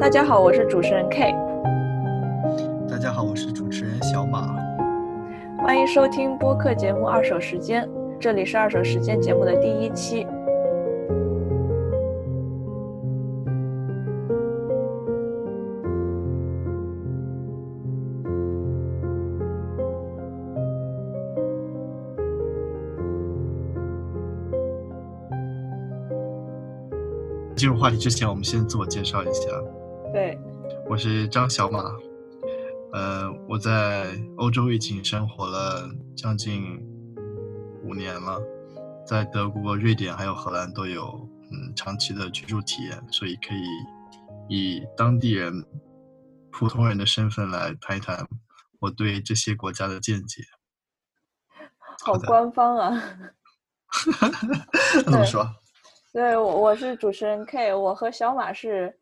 大家好，我是主持人 K， 大家好，我是主持人小马。 欢迎收听播客节目《二手时间》，这里是二手时间节目的第1期。 进入话题之前，我们先自我介绍一下。 对， 我是张小马。我在欧洲已经生活了将近5年了，在德国、瑞典还有荷兰都有长期的居住体验，所以可以以当地人、普通人的身份来谈一谈我对这些国家的见解。 好官方啊！ 怎么说？ 对，我是主持人 K， 我和小马是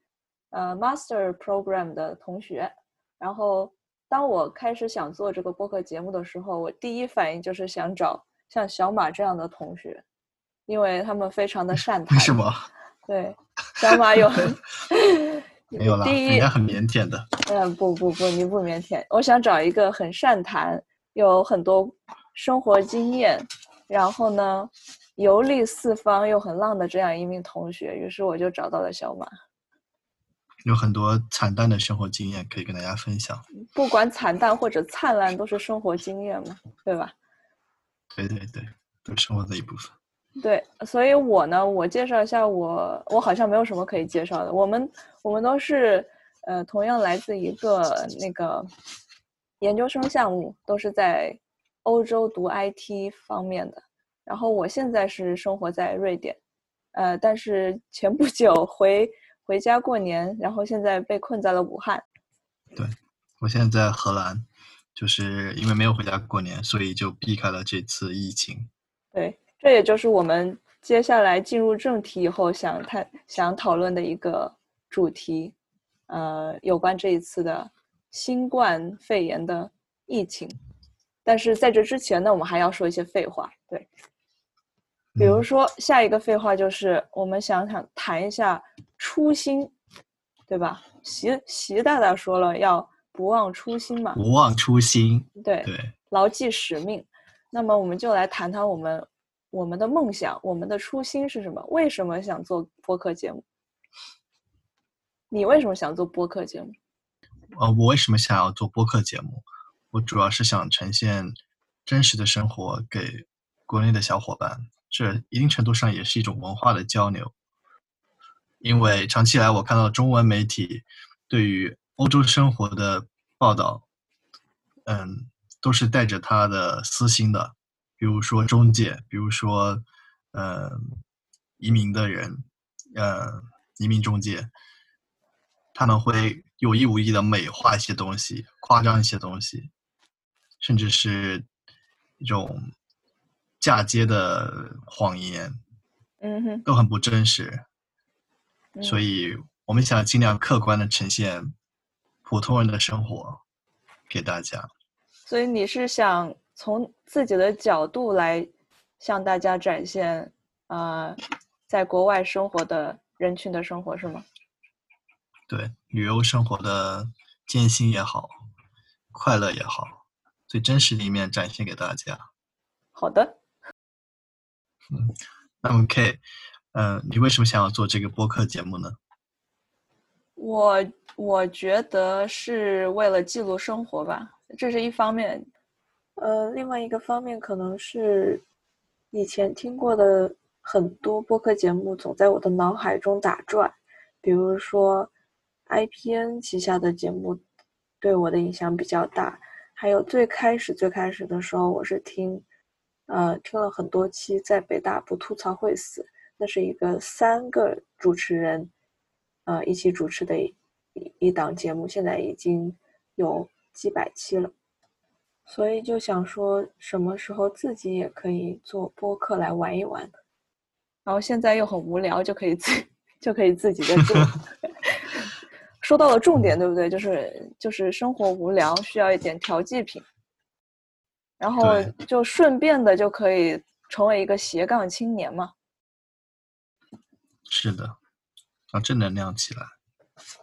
Master Program 的同学。然后当我开始想做这个播客节目的时候，我第一反应就是想找像小马这样的同学，因为他们非常的善谈。 为什么？ 对，小马有没有啦，人家很腼腆的。 不，你不腼腆。我想找一个很善谈，有很多生活经验，然后呢游历四方又很浪的这样一名同学，于是我就找到了小马。 有很多惨淡的生活经验可以跟大家分享。 不管惨淡或者灿烂，都是生活经验嘛，对吧？ 对，都是生活的一部分。 对，所以我介绍一下我好像没有什么可以介绍的。我们都是同样来自一个那个研究生项目，都是在欧洲读 IT 方面的。然后我现在是生活在瑞典，但是前不久回家过年，然后现在被困在了武汉。 对，我现在在荷兰，就是因为没有回家过年，所以就避开了这次疫情。 对，这也就是我们接下来进入正题以后想讨论的一个主题，有关这一次的新冠肺炎的疫情。但是在这之前呢，我们还要说一些废话。对，比如说下一个废话就是我们想谈一下初心，对吧？习大大说了要不忘初心嘛， 不忘初心。 对，牢记使命。那么我们就来谈谈我们的梦想，我们的初心是什么？为什么想做播客节目？你为什么想做播客节目？ 我为什么想要做播客节目？我主要是想呈现真实的生活给国内的小伙伴，这一定程度上也是一种文化的交流。因为长期以来我看到中文媒体对于欧洲生活的报道，都是带着他的私心的，比如说中介，比如说移民的人，移民中介，他们会有意无意的美化一些东西，夸张一些东西，甚至是一种嫁接的谎言，都很不真实。所以我们想尽量客观的呈现普通人的生活给大家。 所以你是想从自己的角度来向大家展现在国外生活的人群的生活，是吗？ 对，旅游生活的艰辛也好，快乐也好，最真实的一面展现给大家。 好的。 那么 K，你为什么想要做这个播客节目呢？ 我觉得是为了记录生活吧，这是一方面。另外一个方面可能是以前听过的很多播客节目总在我的脑海中打转，比如说 IPN 旗下的节目对我的影响比较大，还有最开始的时候我是听了很多期在北大不吐槽会死，那是一个3个主持人一起主持的一档节目，现在已经有几百期了。所以就想说什么时候自己也可以做播客来玩一玩，然后现在又很无聊，就可以自己在做。说到了重点，对不对？就是生活无聊，需要一点调剂品，然后就顺便的就可以成为一个斜杠青年嘛。 是的，让正能量起来。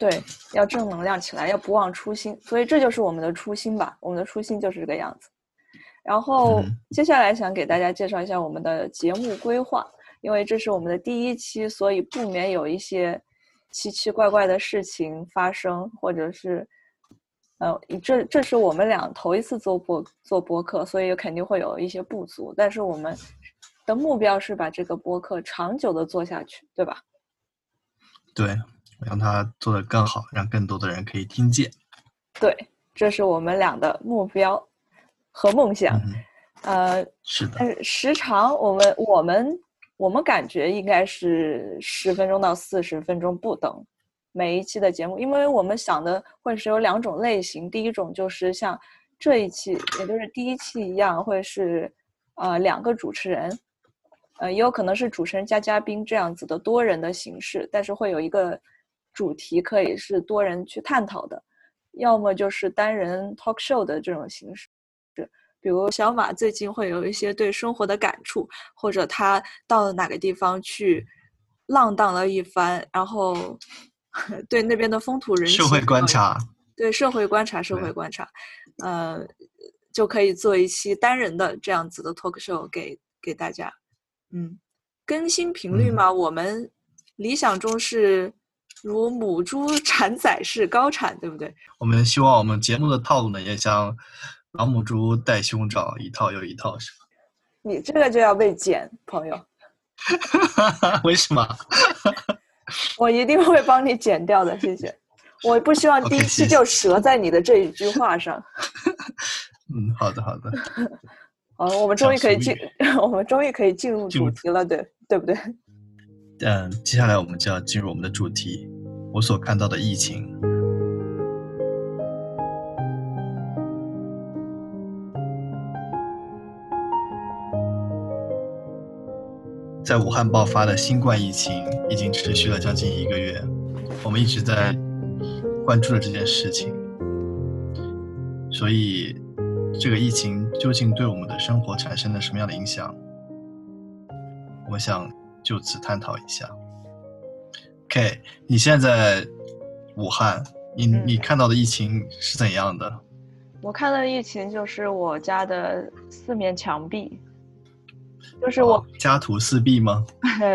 对，要正能量起来，要不忘初心，所以这就是我们的初心吧。我们的初心就是这个样子。然后接下来想给大家介绍一下我们的节目规划，因为这是我们的第1期，所以不免有一些奇奇怪怪的事情发生，或者是这是我们俩头一次做播客，所以肯定会有一些不足，但是我们的目标是把这个播客长久的做下去，对吧？ 对，让它做得更好，让更多的人可以听见。 对，这是我们俩的目标和梦想。 是的。 但是时长我们感觉应该是10分钟到40分钟不等，每一期的节目，因为我们想的会是有2种类型，第一种就是像这一期，也就是第1期一样，会是2个主持人，也有可能是主持人加嘉宾这样子的多人的形式，但是会有一个主题可以是多人去探讨的，要么就是单人 talk show 的这种形式。比如小马最近会有一些对生活的感触，或者他到哪个地方去浪荡了一番，然后对那边的风土人情， 社会观察， 对社会观察，就可以做一期单人的这样子的 talk show 给大家。更新频率嘛，我们理想中是如母猪产崽式高产，对不对？ 我们希望我们节目的套路呢，也像老母猪戴胸罩，一套又一套，是吧？ 你这个就要被剪，朋友。 为什么？ 我一定会帮你剪掉的，谢谢。我不希望第1期就折在你的这一句话上。 好的。 好，我们终于可以进入主题了，对不对？ 接下来我们就要进入我们的主题，我所看到的疫情。在武汉爆发的新冠疫情已经持续了将近1个月，我们一直在关注着这件事情，所以这个疫情究竟对我们的生活产生了什么样的影响，我想就此探讨一下。OK， 你现在在武汉，你看到的疫情是怎样的？ 我看到的疫情就是我家的4面墙壁，就是我家徒四壁吗？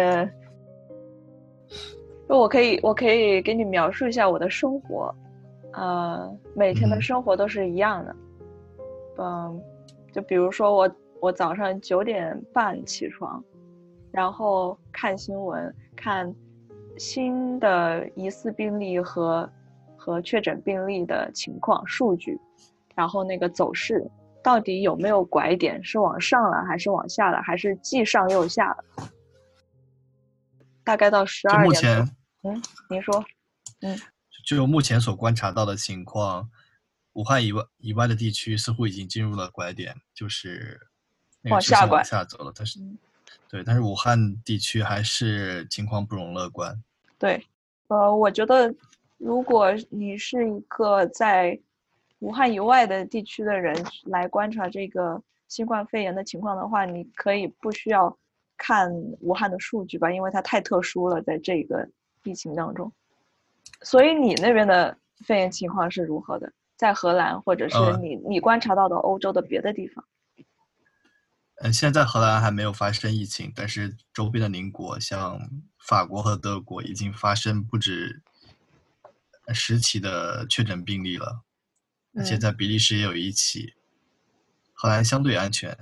我可以给你描述一下我的生活，每天的生活都是一样的，就比如说我早上9点半起床，然后看新闻，看新的疑似病例和确诊病例的情况数据，然后那个走势到底有没有拐点，是往上了还是往下了，还是既上又下了。大概到12点多。您说。 就目前所观察到的情况，武汉以外的地区似乎已经进入了拐点，就是那个趋势往下走了。但是武汉地区还是情况不容乐观。 对，我觉得如果你是一个在武汉以外的地区的人来观察这个新冠肺炎的情况的话，你可以不需要看武汉的数据吧，因为它太特殊了，在这个疫情当中。所以你那边的肺炎情况是如何的？在荷兰，或者是你观察到的欧洲的别的地方？ 现在荷兰还没有发生疫情，但是周边的邻国像法国和德国已经发生不止10起的确诊病例了，而且在比利时也有1起。荷兰相对安全。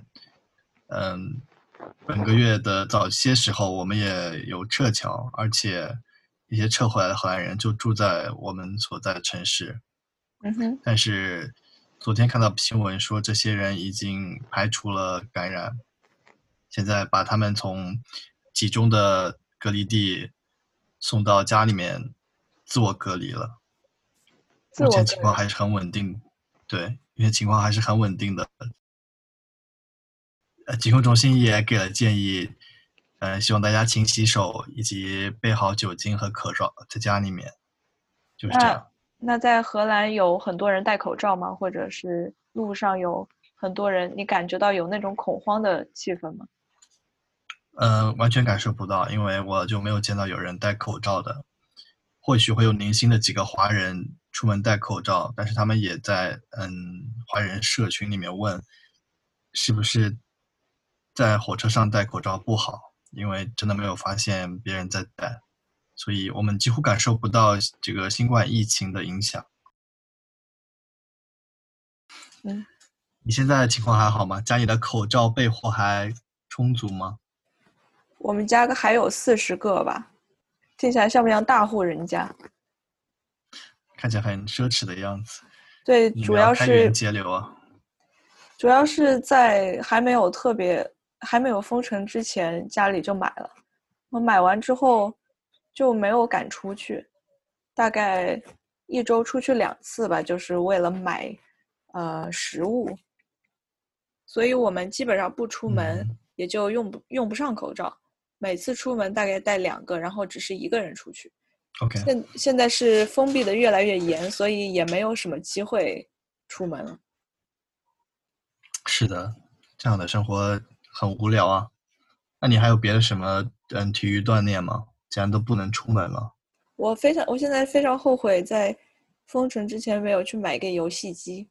本个月的早些时候我们也有撤侨，而且一些撤回来的荷兰人就住在我们所在的城市。但是昨天看到新闻说这些人已经排除了感染，现在把他们从集中的隔离地送到家里面自我隔离了。目前情况还是很稳定，对，因为情况还是很稳定的。疾控中心也给了建议，希望大家勤洗手，以及备好酒精和口罩在家里面，就是这样。 那在荷兰有很多人戴口罩吗？或者是路上有很多人，你感觉到有那种恐慌的气氛吗？ 完全感受不到，因为我就没有见到有人戴口罩的。 或许会有零星的几个华人出门戴口罩，但是他们也在华人社群里面问，是不是在火车上戴口罩不好，因为真的没有发现别人在戴，所以我们几乎感受不到这个新冠疫情的影响。你现在的情况还好吗？家里的口罩备货还充足吗？ 我们家还有40个吧，听起来像不像大户人家？ 看起来很奢侈的样子。 对， 你们要开源节流啊。 主要是在还没有封城之前，家里就买了。我买完之后就没有赶出去，大概1周出去2次吧，就是为了买食物。所以我们基本上不出门，也就用不上口罩。每次出门大概带2个，然后只是一个人出去。 OK。 现在是封闭的越来越严，所以也没有什么机会出门了。 是的，这样的生活很无聊啊。那你还有别的什么体育锻炼吗？既然都不能出门了。 我现在非常后悔在封城之前没有去买个游戏机。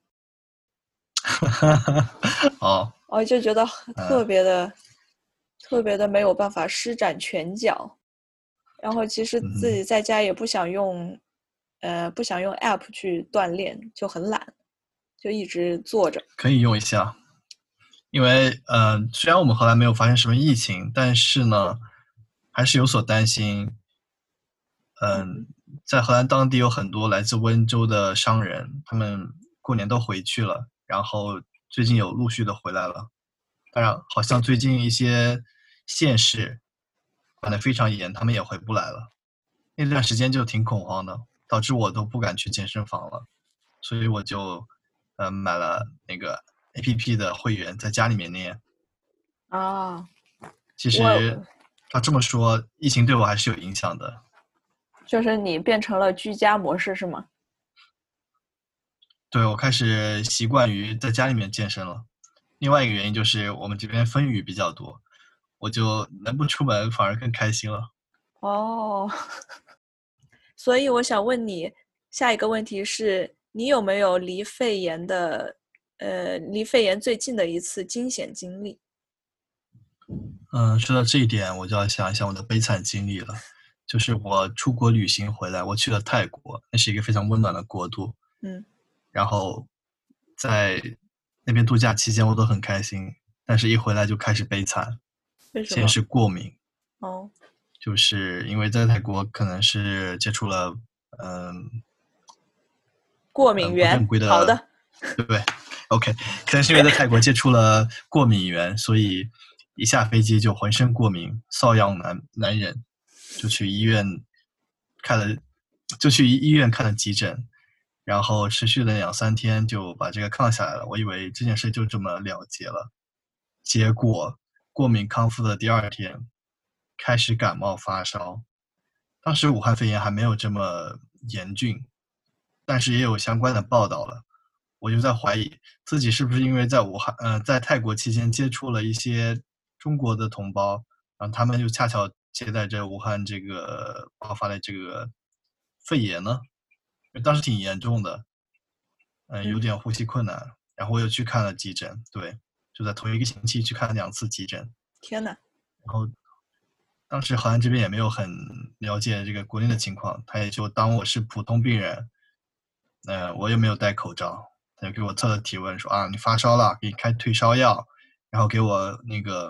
我就觉得特别的没有办法施展拳脚。然后其实自己在家也不想用app 去锻炼，就很懒，就一直坐着。 可以用一下，因为虽然我们荷兰没有发生什么疫情，但是呢，还是有所担心。在荷兰当地有很多来自温州的商人，他们过年都回去了，然后最近有陆续的回来了。当然，好像最近一些县市管得非常严，他们也回不来了。那段时间就挺恐慌的，导致我都不敢去健身房了，所以我就买了那个 APP 的会员，在家里面练。其实这么说，疫情对我还是有影响的。 就是你变成了居家模式是吗？ 对，我开始习惯于在家里面健身了。另外一个原因就是我们这边风雨比较多，我就能不出门反而更开心了。 所以我想问你，下一个问题是，你有没有离肺炎最近的一次惊险经历？ 说到这一点，我就要想一想我的悲惨经历了。就是我出国旅行回来，我去了泰国，那是一个非常温暖的国度。然后在那边度假期间，我都很开心，但是一回来就开始悲惨。 为什么？ 先是过敏。就是因为在泰国可能是接触了过敏源。 不正规的。 好的。 对 ，OK， 可能是因为在泰国接触了过敏源，所以一下飞机就浑身过敏，瘙痒难忍，就去医院看了急诊，然后持续了2、3天就把这个抗下来了。我以为这件事就这么了结了，结果过敏康复的第2天开始感冒发烧。当时武汉肺炎还没有这么严峻，但是也有相关的报道了。我就在怀疑自己是不是因为在泰国期间接触了一些中国的同胞，然后他们就恰巧接待着武汉这个爆发的这个肺炎呢？当时挺严重的，有点呼吸困难，然后我又去看了急诊。对，就在同一个星期去看了2次急诊。 天哪！ 然后当时荷兰这边也没有很了解这个国内的情况，他也就当我是普通病人，我又没有戴口罩。他就给我测了体温，说啊，你发烧了，给你开退烧药，然后给我那个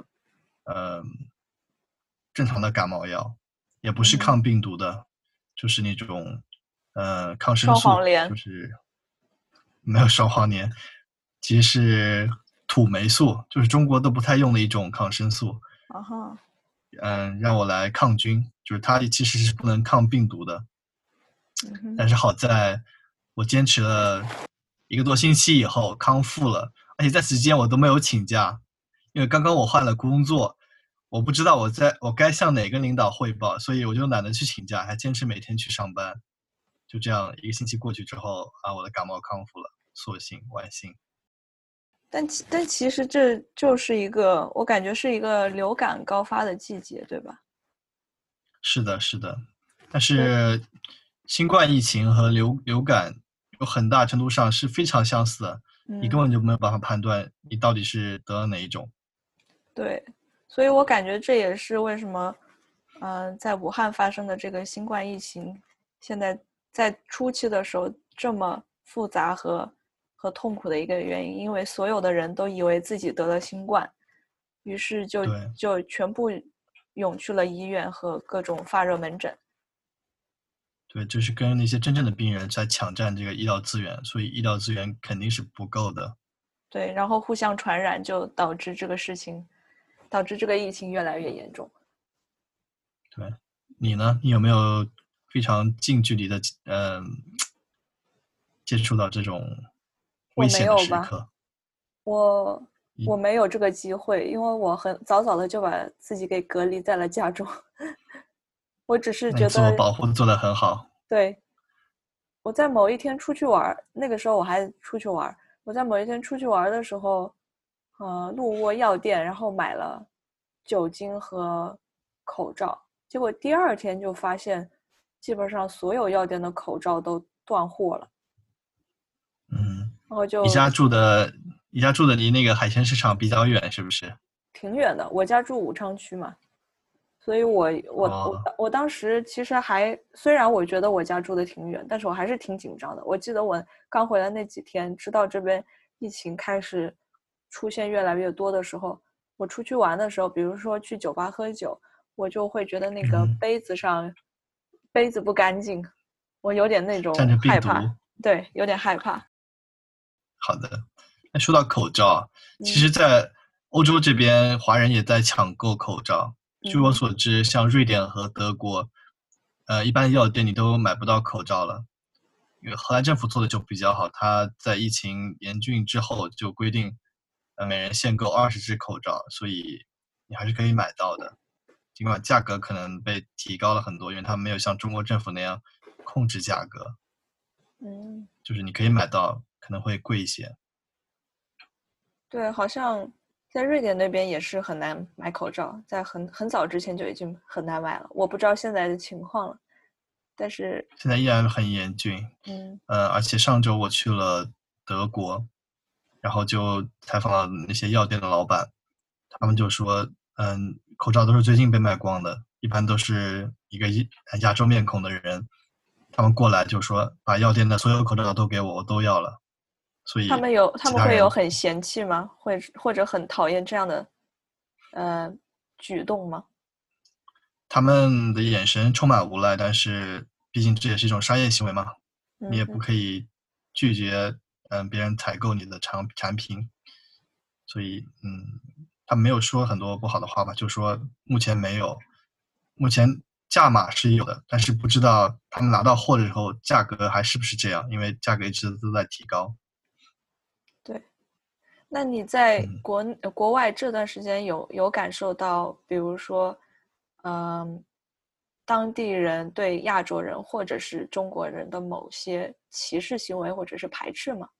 正常的感冒药，也不是抗病毒的，就是那种抗生素， 双黄连。 就是没有双黄连，其实是土霉素，就是中国都不太用的一种抗生素。让我来抗菌，就是它其实是不能抗病毒的。但是好在我坚持了1个多星期以后康复了，而且在此期间我都没有请假，因为刚刚我换了工作，我不知道我该向哪个领导汇报，所以我就懒得去请假，还坚持每天去上班。就这样1个星期过去之后我的感冒康复了，所幸万幸。 但其实这就是我感觉是一个流感高发的季节，对吧？ 是的，是的，但是新冠疫情和流感有很大程度上是非常相似的，你根本就没有办法判断你到底是得了哪一种。 对，所以我感觉这也是为什么，在武汉发生的这个新冠疫情，现在在初期的时候这么复杂和痛苦的一个原因，因为所有的人都以为自己得了新冠，于是就全部涌去了医院和各种发热门诊。 对，就是跟那些真正的病人在抢占这个医疗资源，所以医疗资源肯定是不够的。 对，然后互相传染，就导致这个疫情越来越严重。 对，你呢？你有没有非常近距离的接触到这种我没危险的有吧， 时刻？ 我没有这个机会，因为我很早早的就把自己给隔离在了家中。我只是那你觉得， 自我保护做得很好。 对，我在某一天出去玩，那个时候我还出去玩，我在某一天出去玩的时候，路过药店，然后买了酒精和口罩，结果第二天就发现，基本上所有药店的口罩都断货了。 嗯， 然后就你家住的离那个海鲜市场比较远，是不是？ 挺远的，我家住武昌区嘛，所以哦， 我当时其实虽然我觉得我家住的挺远，但是我还是挺紧张的。我记得我刚回来那几天，直到这边疫情开始出现越来越多的时候，我出去玩的时候，比如说去酒吧喝酒，我就会觉得那个杯子不干净，我有点那种沾着病害怕， 毒。 对，有点害怕。 好的，那说到口罩，其嗯实，在欧洲这边，华人也在抢购口罩。据我嗯哼所知，像瑞典和德国，一般药店你都买不到口罩了。因为荷兰政府做的就比较好，他在疫情严峻之后就规定，每人限购20只口罩，所以你还是可以买到的。尽管价格可能被提高了很多，因为他们没有像中国政府那样控制价格， 嗯。 就是你可以买到，可能会贵一些。 对，好像在瑞典那边也是很难买口罩，在很早之前就已经很难买了。我不知道现在的情况了，但是， 现在依然很严峻。 嗯而且上周我去了德国，然后就采访了那些药店的老板，他们就说，口罩都是最近被卖光的，一般都是一个亚洲面孔的人，他们过来就说把药店的所有口罩都给我，我都要了。所以他们会有其他人很嫌弃吗？或者很讨厌这样的呃举动吗？ 他们的眼神充满无奈，但是毕竟这也是一种商业行为嘛，你也不嗯哼， 可以拒绝别人采购你的产品，所以他没有说很多不好的话吧，就说目前没有，目前价码是有的，但是不知道他们拿到货的时候价格还是不是这样，因为价格一直都在提高。 对。那你在嗯。 国外这段时间有感受到，比如说，当地人对亚洲人或者是中国人的某些歧视行为或者是排斥吗？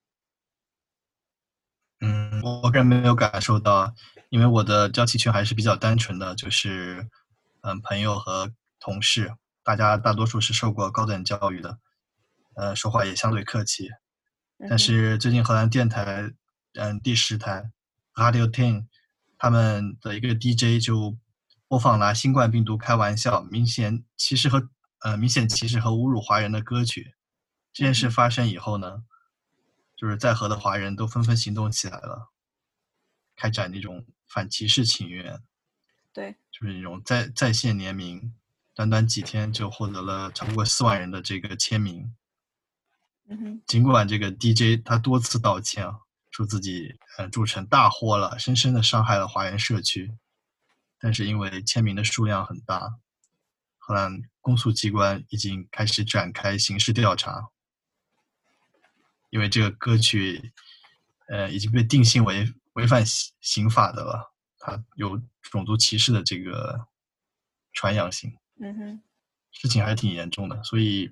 我个人没有感受到，因为我的交际圈还是比较单纯的，就是朋友和同事，大家大多数是受过高等教育的，说话也相对客气。但嗯哼， 是最近荷兰电台，第10台 Radio 10，他们的一个 DJ 就播放拿新冠病毒开玩笑，明显歧视和侮辱华人的歌曲。这件事嗯哼， 发生以后呢，就是在河的华人都纷纷行动起来了，开展那种反歧视请愿， 对， 就是那种在线联名，短短几天就获得了超过4万人的这个签名。 嗯哼， 尽管这个 DJ 他多次道歉啊，说自己铸成大祸了，深深的伤害了华人社区，但是因为签名的数量很大，荷兰公诉机关已经开始展开刑事调查，因为这个歌曲已经被定性为违反刑法的了，它有种族歧视的这个传扬性， 嗯哼。 事情还是挺严重的，所以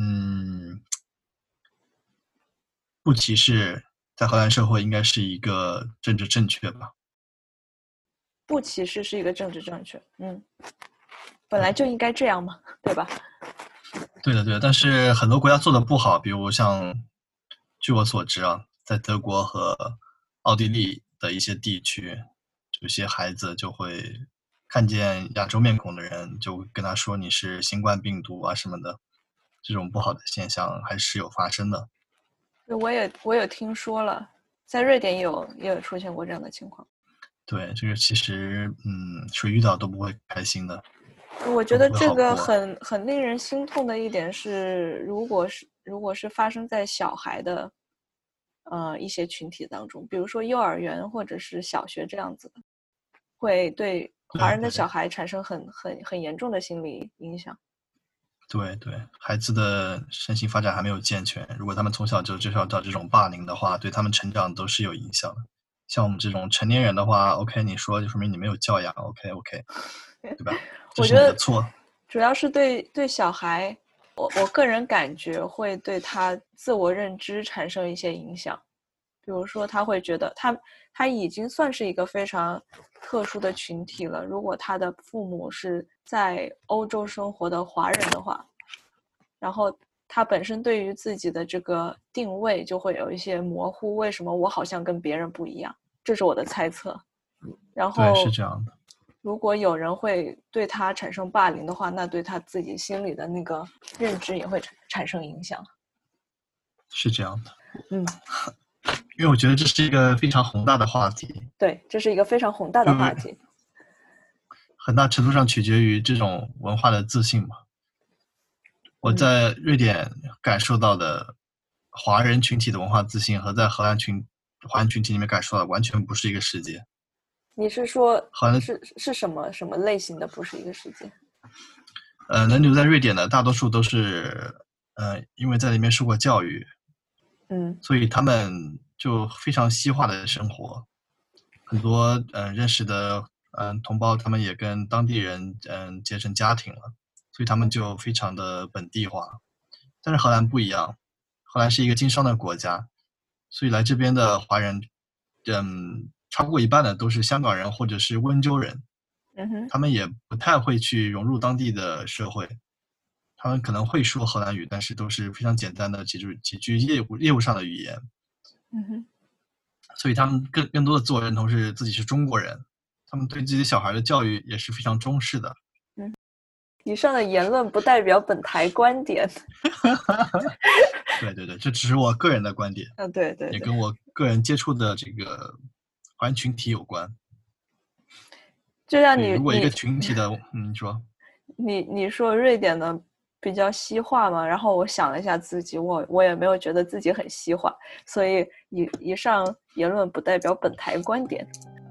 不歧视在荷兰社会应该是一个政治正确吧？ 不歧视是一个政治正确，本来对， 就应该这样嘛，对吧？ 对的，对的，但是很多国家做的不好，比如像，据我所知啊，在德国和奥地利的一些地区，有些孩子就会看见亚洲面孔的人，就跟他说你是新冠病毒啊什么的，这种不好的现象还是有发生的。 我也听说了，在瑞典也有出现过这样的情况。 对，这个其实谁遇到都不会开心的， 我觉都不会得这个好过。 很令人心痛的一点是，如果是发生在小孩的一些群体当中，比如说幼儿园或者是小学这样子的，会对华对对人的小孩产生很严重的心理影响。 对对，孩子的身心发展还没有健全，如果他们从小就接受到这种霸凌的话，对他们成长都是有影响的。像我们这种成年人的话，OK，你说就说明你没有教养，OK OK，对吧？这是我觉得你的错。 主要是对小孩，我个人感觉会对他自我认知产生一些影响。比如说，他会觉得他已经算是一个非常特殊的群体了。如果他的父母是在欧洲生活的华人的话，然后他本身对于自己的这个定位就会有一些模糊。为什么我好像跟别人不一样？这是我的猜测。然对，是后， 这样的， 如果有人会对他产生霸凌的话，那对他自己心里的那个认知也会产生影响。 是这样的。 嗯， 因为我觉得这是一个非常宏大的话题， 对，这是一个非常宏大的话就题。 很大程度上取决于这种文化的自信嘛。我嗯， 在瑞典感受到的华人群体的文化自信和在华人群体里面感受到的完全不是一个世界。 你是说荷兰是什么类型的？不是一个世界？ 能留在瑞典的大多数都是因为在那边受过教育， 嗯所以他们就非常西化的生活。很多认识的同胞，他们也跟当地人结成家庭了，所以他们就非常的本地化。但是荷兰不一样，荷兰是一个经商的国家，所以来这边的华人，超过一半的都是香港人或者是温州人， 嗯哼他们也不太会去融入当地的社会，他们可能会说荷兰语，但是都是非常简单的几句业务上的语言， 嗯哼。 所以他们更多的自我认同是自己是中国人，他们对自己的小孩的教育也是非常中式的。 以上的言论不代表本台观点。 对对对，这只是我个人的观点， 对对对， 也跟我个人接触的这个华人群体有关。 就像对， 你你如果一个群体的，你说， 你说瑞典的比较西化嘛，然后我想了一下自己，我也没有觉得自己很西化，所以以上言论不代表本台观点。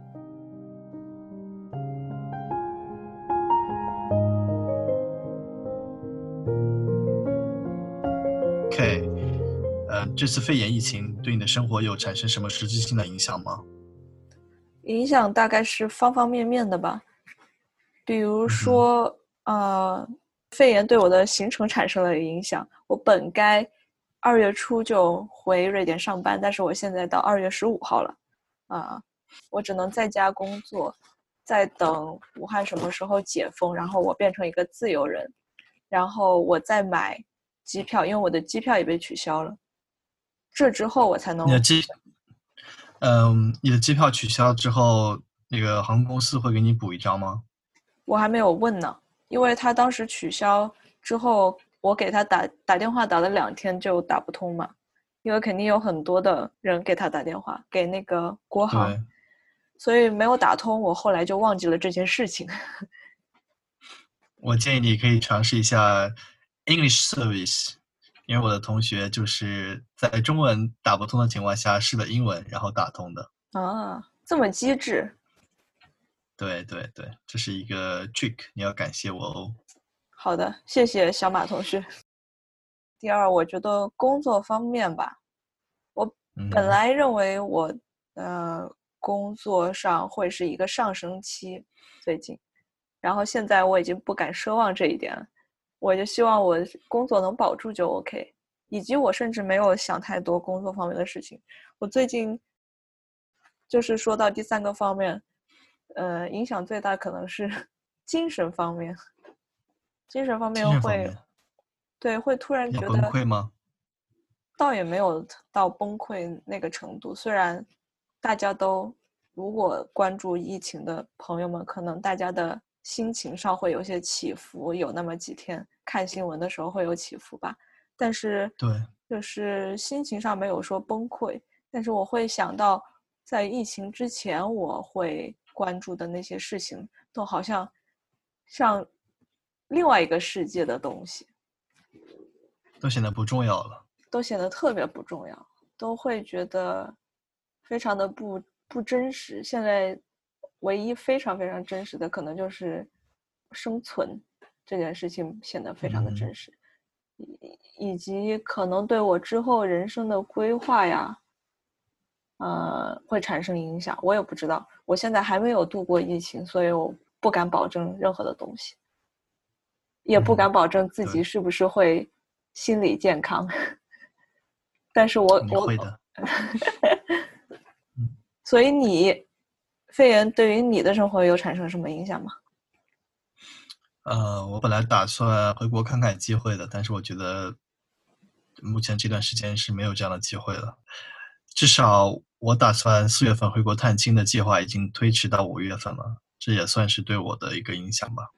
，OK，这次肺炎疫情对你的生活有产生什么实质性的影响吗？ 影响大概是方方面面的吧，比如嗯哼， 说肺炎对我的行程产生了影响。我本该2月初就回瑞典上班，但是我现在到2月15号了，我只能在家工作，在等武汉什么时候解封，然后我变成一个自由人，然后我再买机票，因为我的机票也被取消了，这之后我才能。 你的机票取消之后，那个航空公司会给你补一张吗？ 我还没有问呢，因为他当时取消之后，我给他打电话打了2天就打不通嘛，因为肯定有很多的人给他打电话，给那个国航， 对， 所以没有打通。我后来就忘记了这件事情。 我建议你可以尝试一下 English Service，因为我的同学就是在中文打不通的情况下试了英文，然后打通的。 这么机智。 对对对，这是一个 trick，你要感谢我哦。 好的，谢谢小马同学。第二，我觉得工作方面吧，我本嗯， 来认为我工作上会是一个上升期，最近，然后现在我已经不敢奢望这一点了，我就希望我工作能保住就 OK，以及我甚至没有想太多工作方面的事情。我最近就是说到第三个方面，影响最大可能是精神方面，精神方面会， 精神方面， 对，会突然觉要崩得溃吗？ 倒也没有到崩溃那个程度。虽然大家都如果关注疫情的朋友们，可能大家的心情上会有些起伏，有那么几天看新闻的时候会有起伏吧，但是对， 就是心情上没有说崩溃。但是我会想到在疫情之前我会关注的那些事情，都好像另外一个世界的东西， 都显得不重要了。 都显得特别不重要，都会觉得非常的不真实。现在唯一非常非常真实的，可能就是生存这件事情显得非常的真实，以及可能对我之后人生的规划呀，会产生影响。我也不知道，我现在还没有度过疫情，所以我不敢保证任何的东西，也不敢保证自己是不是会心理健康。但是你会的。 所以你肺炎对于你的生活有产生什么影响吗？ 我本来打算回国看看机会的，但是我觉得目前这段时间是没有这样的机会了。至少我打算4月份回国探亲的计划已经推迟到5月份了，这也算是对我的一个影响吧。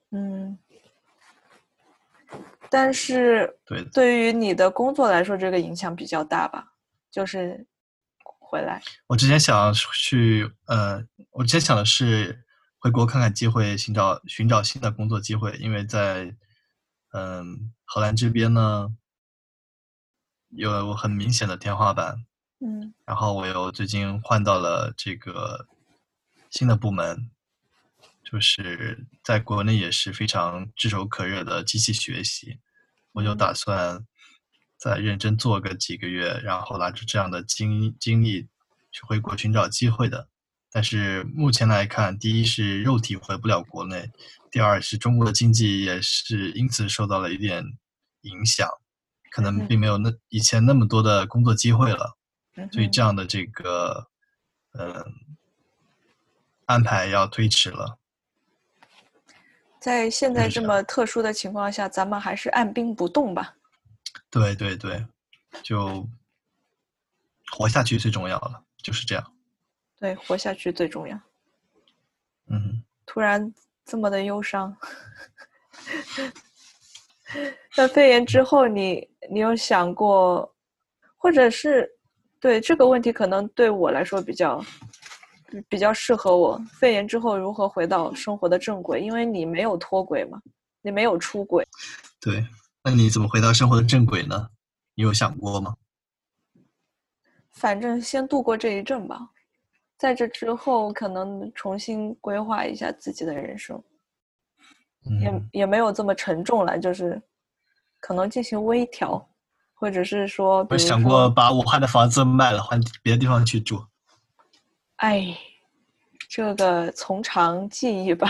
但是对， 对于你的工作来说，这个影响比较大吧？就是回来。 我之前想去，我之前想的是回国看看机会，寻找新的工作机会，因为在荷兰这边呢有很明显的天花板，然后我又最近换到了这个新的部门，就是在国内也是非常炙手可热的机器学习，我就打算再认真做个几个月，然后拿着这样的经历去回国寻找机会的。但是目前来看，第一是肉体回不了国内，第二是中国的经济也是因此受到了一点影响，可能并没有以前那么多的工作机会了，所以这样的这个安排要推迟了。 在现在这么特殊的情况下，咱们还是按兵不动吧。 对对对，就活下去最重要了，就是这样。 对，活下去最重要。突然这么的忧伤。那肺炎之后你有想过，或者是对这个问题可能对我来说比较适合我，肺炎之后如何回到生活的正轨，因为你没有脱轨嘛，你没有出轨。 对，那你怎么回到生活的正轨呢？你有想过吗？ 反正先度过这一阵吧，在这之后可能重新规划一下自己的人生，也没有这么沉重了，就是可能进行微调，或者是说比如说我想过把武汉的房子卖了，换别的地方去住。 哎，这个从长计议吧。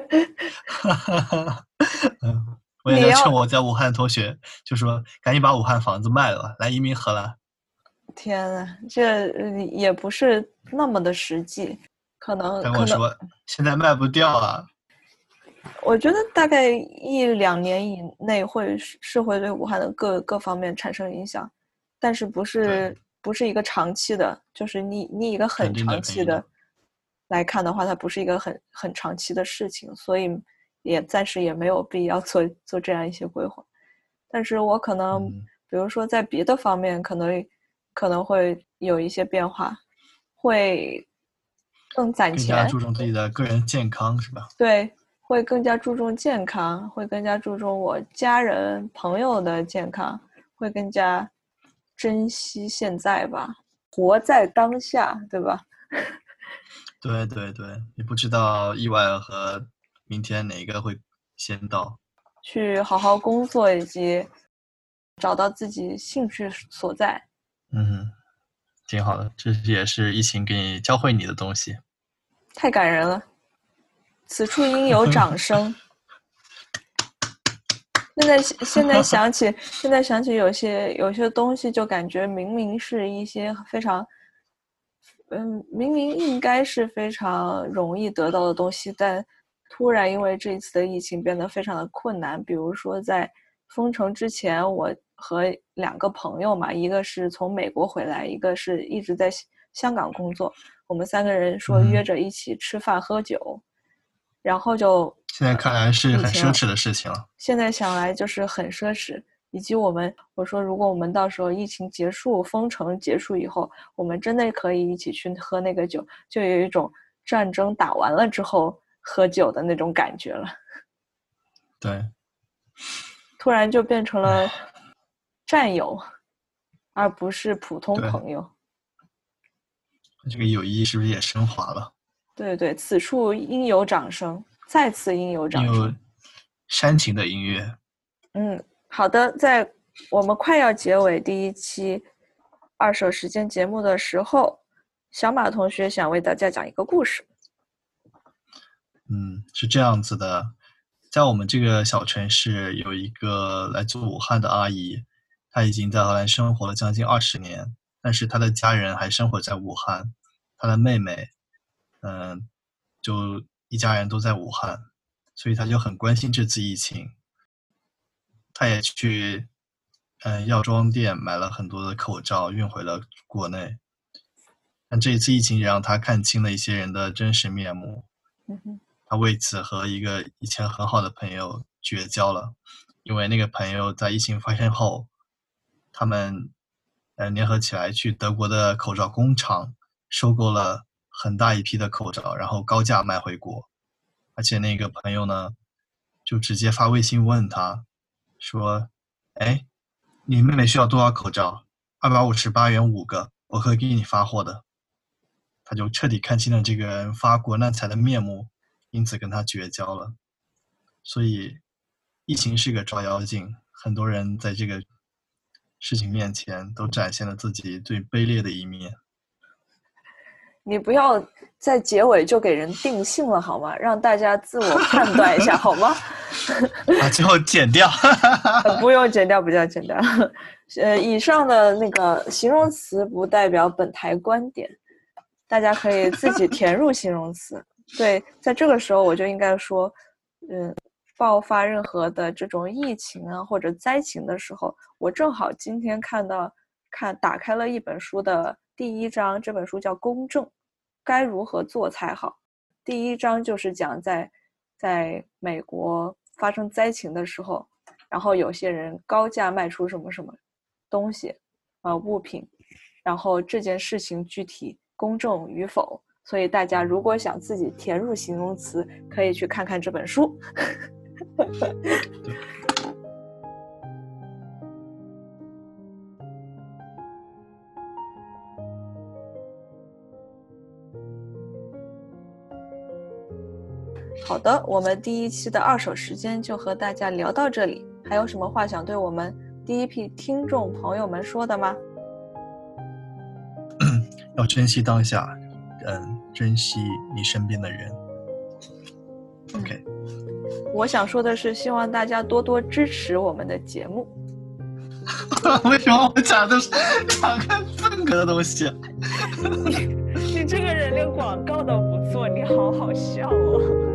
我也在劝我在武汉的同学，就说赶紧把武汉房子卖了，来移民荷兰。 天啊，这也不是那么的实际，可能他跟我说现在卖不掉啊。 我觉得大概1-2年以内会对武汉的各方面产生影响，但是不是一个长期的，就是你一个很长期的来看的话，它不是一个很长期的事情，所以也暂时也没有必要做这样一些规划。但是我可能比如说在别的方面可能会有一些变化，会更攒钱， 更加注重自己的个人健康，是吧？ 对，会更加注重健康，会更加注重我家人朋友的健康，会更加珍惜现在吧，活在当下，对吧？ 对对对，你不知道意外和明天哪一个会先到。 去好好工作，以及找到自己兴趣所在。 挺好的，这也是疫情给你教会你的东西。 太感人了，此处应有掌声。现在想起有些东西，就感觉明明是一些非常，明明应该是非常容易得到的东西，但突然因为这一次的疫情变得非常的困难。比如说在封城之前，我和2个朋友嘛，一个是从美国回来，一个是一直在香港工作，我们3个人说约着一起吃饭喝酒，然后就现在看来是很奢侈的事情了。 现在想来就是很奢侈，以及我说如果我们到时候疫情结束，封城结束以后，我们真的可以一起去喝那个酒，就有一种战争打完了之后喝酒的那种感觉了。 对， 突然就变成了战友，而不是普通朋友。 这个友谊是不是也升华了？ 对对，此处应有掌声，再次应有掌声。 有煽情的音乐。 好的，在我们快要结尾第1期二手时间节目的时候，小马同学想为大家讲一个故事。 是这样子的，在我们这个小城市有一个来自武汉的阿姨，她已经在荷兰生活了将近20年，但是她的家人还生活在武汉，她的妹妹就一家人都在武汉，所以她就很关心这次疫情。她也去药妆店买了很多的口罩运回了国内，但这一次疫情也让她看清了一些人的真实面目。他为此和一个以前很好的朋友绝交了，因为那个朋友在疫情发生后，他们联合起来去德国的口罩工厂收购了很大一批的口罩，然后高价卖回国。而且那个朋友呢，就直接发微信问他说，你妹妹需要多少口罩？258元5个，我可以给你发货的。他就彻底看清了这个人发国难财的面目，因此跟他绝交了。所以疫情是个照妖镜，很多人在这个事情面前都展现了自己最卑劣的一面。 你不要在结尾就给人定性了好吗？让大家自我判断一下好吗？ 最后剪掉。 不用剪掉，不要剪掉。以上的那个形容词不代表本台观点，大家可以自己填入形容词。对，在这个时候我就应该说，爆发任何的这种疫情啊或者灾情的时候，我正好今天打开了一本书的第1章，这本书叫《公正：该如何做才好》。第1章就是讲在美国发生灾情的时候，然后有些人高价卖出什么什么东西物品，然后这件事情具体公正与否。所以大家如果想自己填入形容词，可以去看看这本书。好的，我们第1期的二手时间就和大家聊到这里，还有什么话想对我们第1批听众朋友们说的吗？ 要珍惜当下，珍惜你身边的人。OK， 我想说的是，希望大家多多支持我们的节目。 为什么我讲的是讲个正格的东西？ 你这个人连广告都不做，你好好笑哦。